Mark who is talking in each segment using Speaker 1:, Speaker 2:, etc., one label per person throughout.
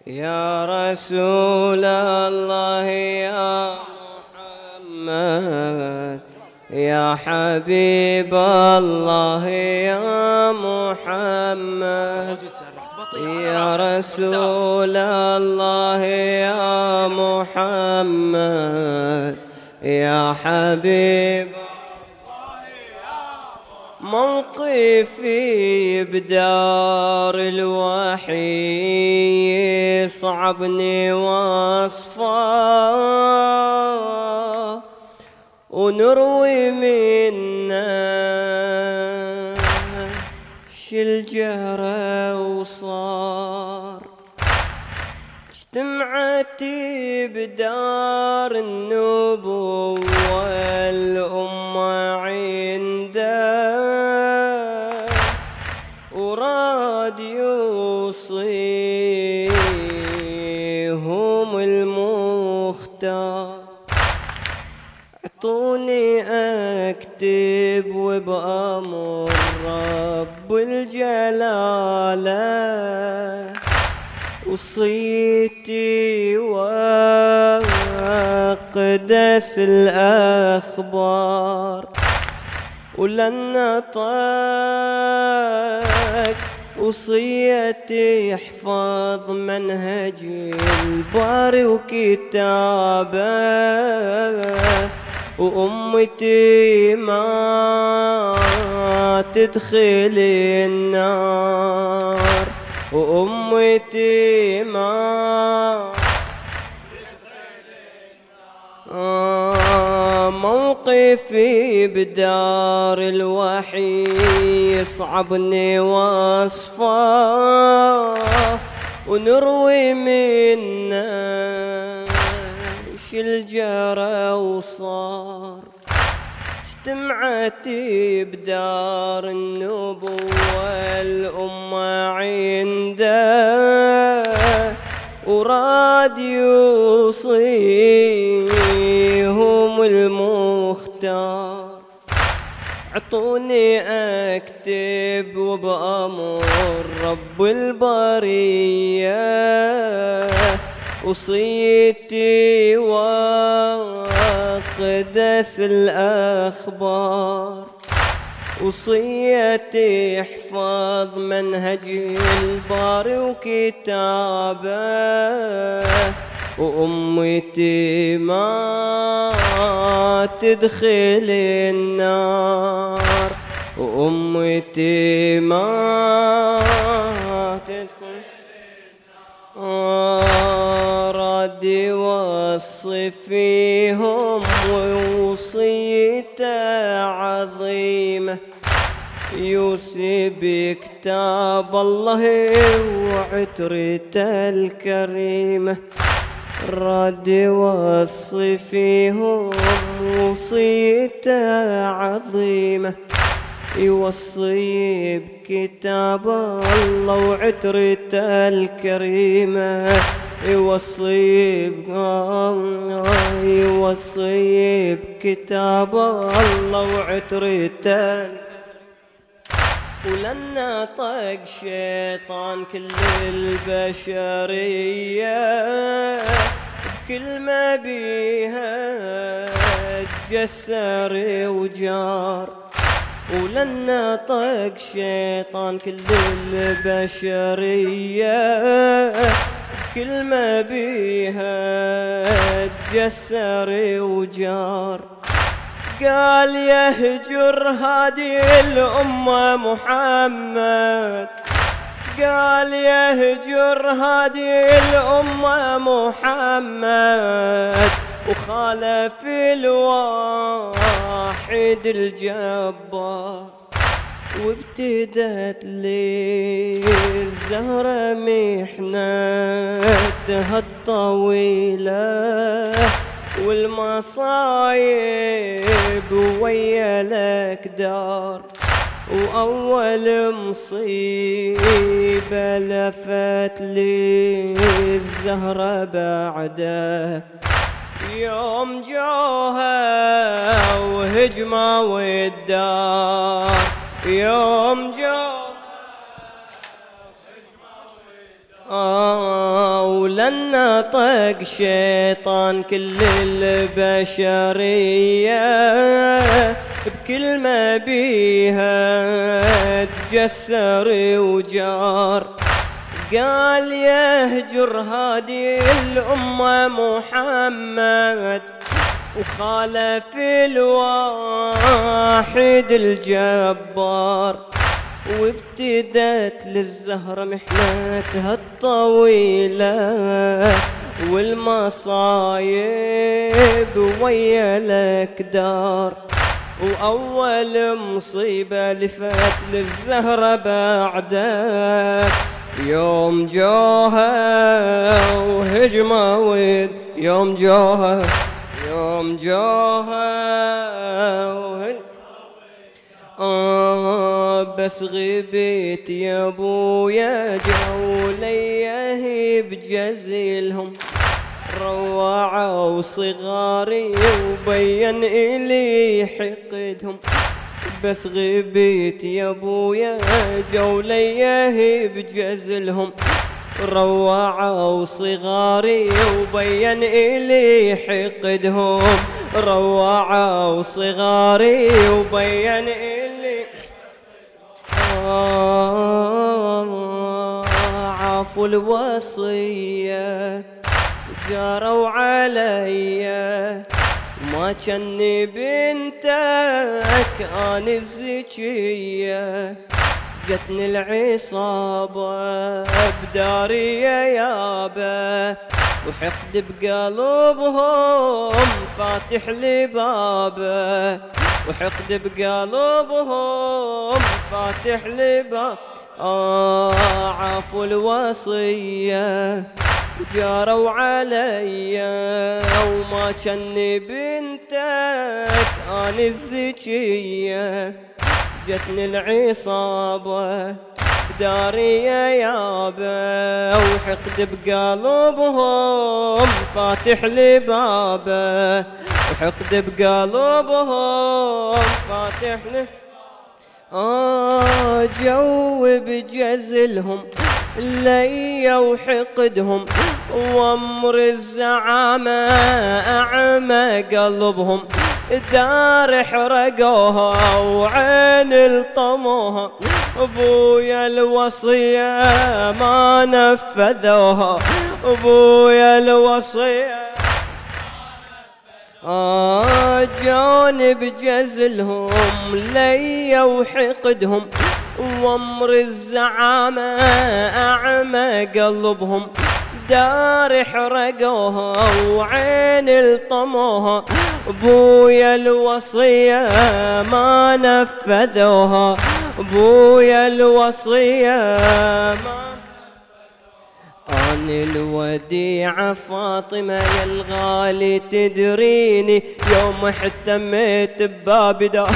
Speaker 1: يا رسول الله يا محمد، يا حبيب الله يا محمد، يا رسول الله يا محمد، يا حبيب موقفي بدار الوحي يصعبني وصفه، ونروي منا الجهرة وصار اجتمعتي بدار النبوة الأمة عنده، وراد يوصيهم المختار، اعطوني اكتب وبأمر رب الجلالة، وصيتي واقدس الاخبار، ولن نطق وصيتي يحفظ منهج الباري وكتابه، وأمتي ما تدخل النار، وأمتي ما تدخل النار. موقفي بدار الوحي يصعبني وصفه، ونروي منا الجرى وصار اجتمعتي بدار النبوة الأمة عنده، وراد يوصيهم المختار، اعطوني اكتب وبأمر رب البرية، وصيتي واقدس الأخبار، وصيتي احفظ منهج الباري وكتابه، وأمتي ما تدخل النار، وأمتي ما تدخل راد يوصي فيهم ووصيته عظيمة، يوصي بكتاب الله وعترته الكريمة، راد يوصي فيهم وصيته عظيمة، يوصي بكتاب الله وعترته الكريمة، يوصي بكتاب الله وعترته، ولن طق شيطان كل البشرية بكلمة بيها تجسر وجار، ولن طق شيطان كل البشرية كلمة بيها تجسر وجار، قال يهجر هذه الأمة محمد، قال يهجر هذه الأمة محمد، وخالف الواحد الجبار، وابتدت لي الزهرة محنتها الطويلة، والمصايب ويا الأكدار، وأول مصيبة لفت لي الزهرة بعده، يوم جوها وهجمة والدار، يوم جوها ولن طق شيطان كل البشرية بكلمة بيها تجسر وجار. قال يهجر هادي الأمة محمد وخالف الواحد الجبار. وابتدت للزهرة محنتها الطويلة والمصايب ويا الأكدار. وأول مصيبة لفت للزهرة بعده يوم جوها وهجمة ود يوم جوها بس غبيت يا ابويا جوليه بجزيلهم روعوا صغاري وبين إلي حقدهم. بس غبيت يا ابويا جوليه بجزلهم روعوا صغاري وبين إلي حقدهم. روعوا صغاري وبين إلي عافوا الوصية جاروا عليا ما جني بنتك أنا الزكية. جتني العصابة بدارية يابا وحقد بقلبهم فاتح لي بابه. وحقد بقلبهم فاتح لي بابه. عافوا الوصية جاروا عليا وما جني بنتك أنا الزكية. جتني العصابة دارية يابا وحقد بقلبهم فاتح لي بابه. وحقد بقلبهم فاتح لي جو بجزلهم ليا وحقدهم وامر الزعامة أعمى قلبهم. دار حرقوها وعين الطموها ابويا الوصية ما نفذوها. ابويا الوصية جوني بجزلهم ليا وحقدهم وامر الزعامة أعمى قلبهم. دار حرقوها وعين الطموها ابويا الوصية ما نفذوها. ابويا الوصية ما أنا الوديعة فاطمة يا الغالي تدريني يوم احتميت بباب دار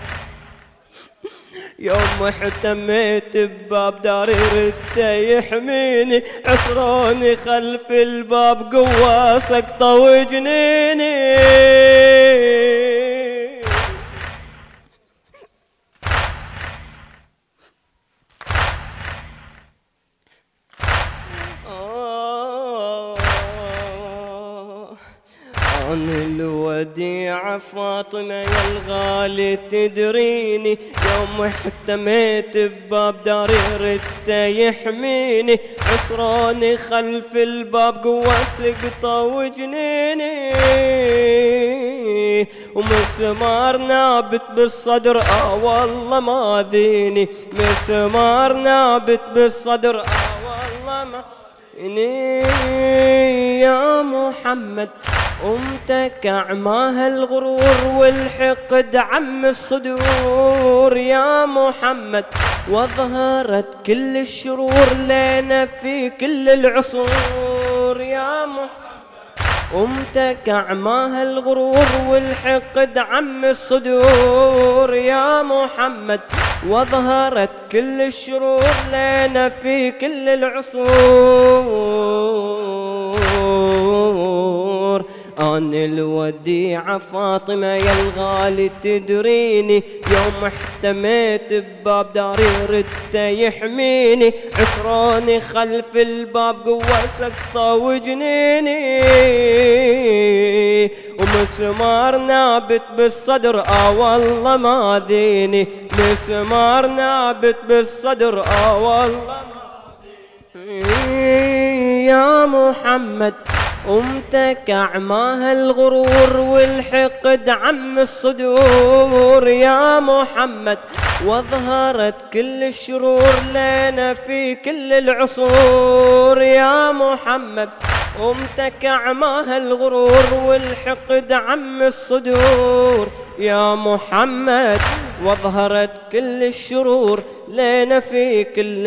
Speaker 1: يوم احتميت بباب داري رده يحميني. عصروني خلف الباب قوة سقطة وجنيني. أنا الوديعة فاطمة يا الغالي تدريني يوم احتميت بباب داري رده يحميني. عصروني خلف الباب قوة سقطة وجنيني. ومسمار نابت بالصدر والله ما ذيني. مسمار نابت بالصدر والله ما يا محمد. أمتك أعماها الغرور والحقد عم الصدور يا محمد. وظهرت كل الشرور لنا في كل العصور يا محمد. أمتك أعماها الغرور والحقد عم الصدور يا محمد. وظهرت كل الشرور لنا في كل العصور. أنا الوديعة فاطمة يا الغالي تدريني، يوم احتميت بباب داري ردت يحميني، عسروني خلف الباب قوة سقطة وجنيني، ومسمار نابت بالصدر والله ما ذيني، مسمار نابت بالصدر والله يا محمد أمتك أعماها الغرور والحقد عم الصدور، يا محمد واظهرت كل الشرور لنا في كل العصور، يا محمد أمتك أعماها الغرور والحقد عم الصدور، يا محمد واظهرت كل الشرور لنا في كل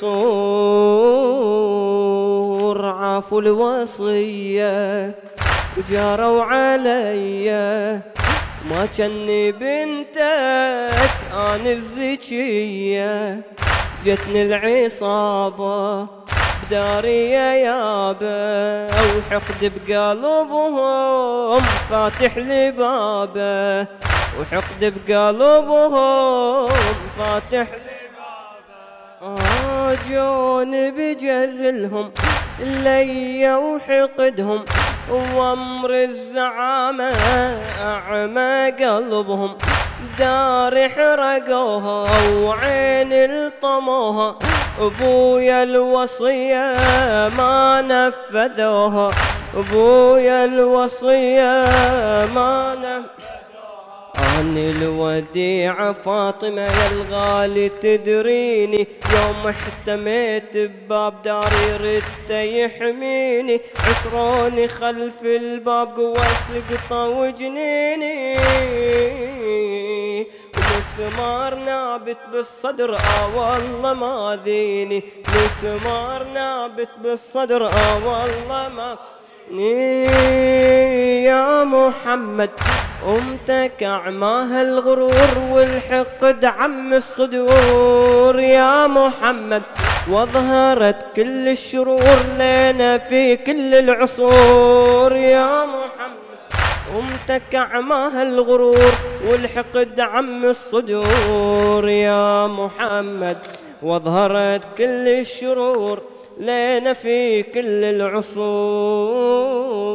Speaker 1: العصور، عافوا الوصية وجاروا عليا، ما كني بنتك أنا الزكية، جتني العصابة بداري يا يابا، وحقد بقلبهم فاتح لي بابه، وحقد بقلبهم فاتح لي بابه، جون بجزلهم ليا وحقدهم، وامر الزعامة أعمى قلبهم، دار حرقوها وعين الطموها، ابويا الوصية ما نفذوها، ابويا الوصية ما نفذوها، أنا الوديعة فاطمة يا الغالي تدريني، يوم احتميت بباب داري ردت يحميني، عسروني خلف الباب قوة سقطة وجنيني، مسمار نابت بالصدر والله ما ذيني، مسمار نابت بالصدر والله ما يا محمد أمتك أعماها الغرور والحقد عم الصدور، يا محمد واظهرت كل الشرور لنا في كل العصور، يا محمد أمتك أعماها الغرور والحقد عم الصدور، يا محمد واظهرت كل الشرور لنا في كل العصور.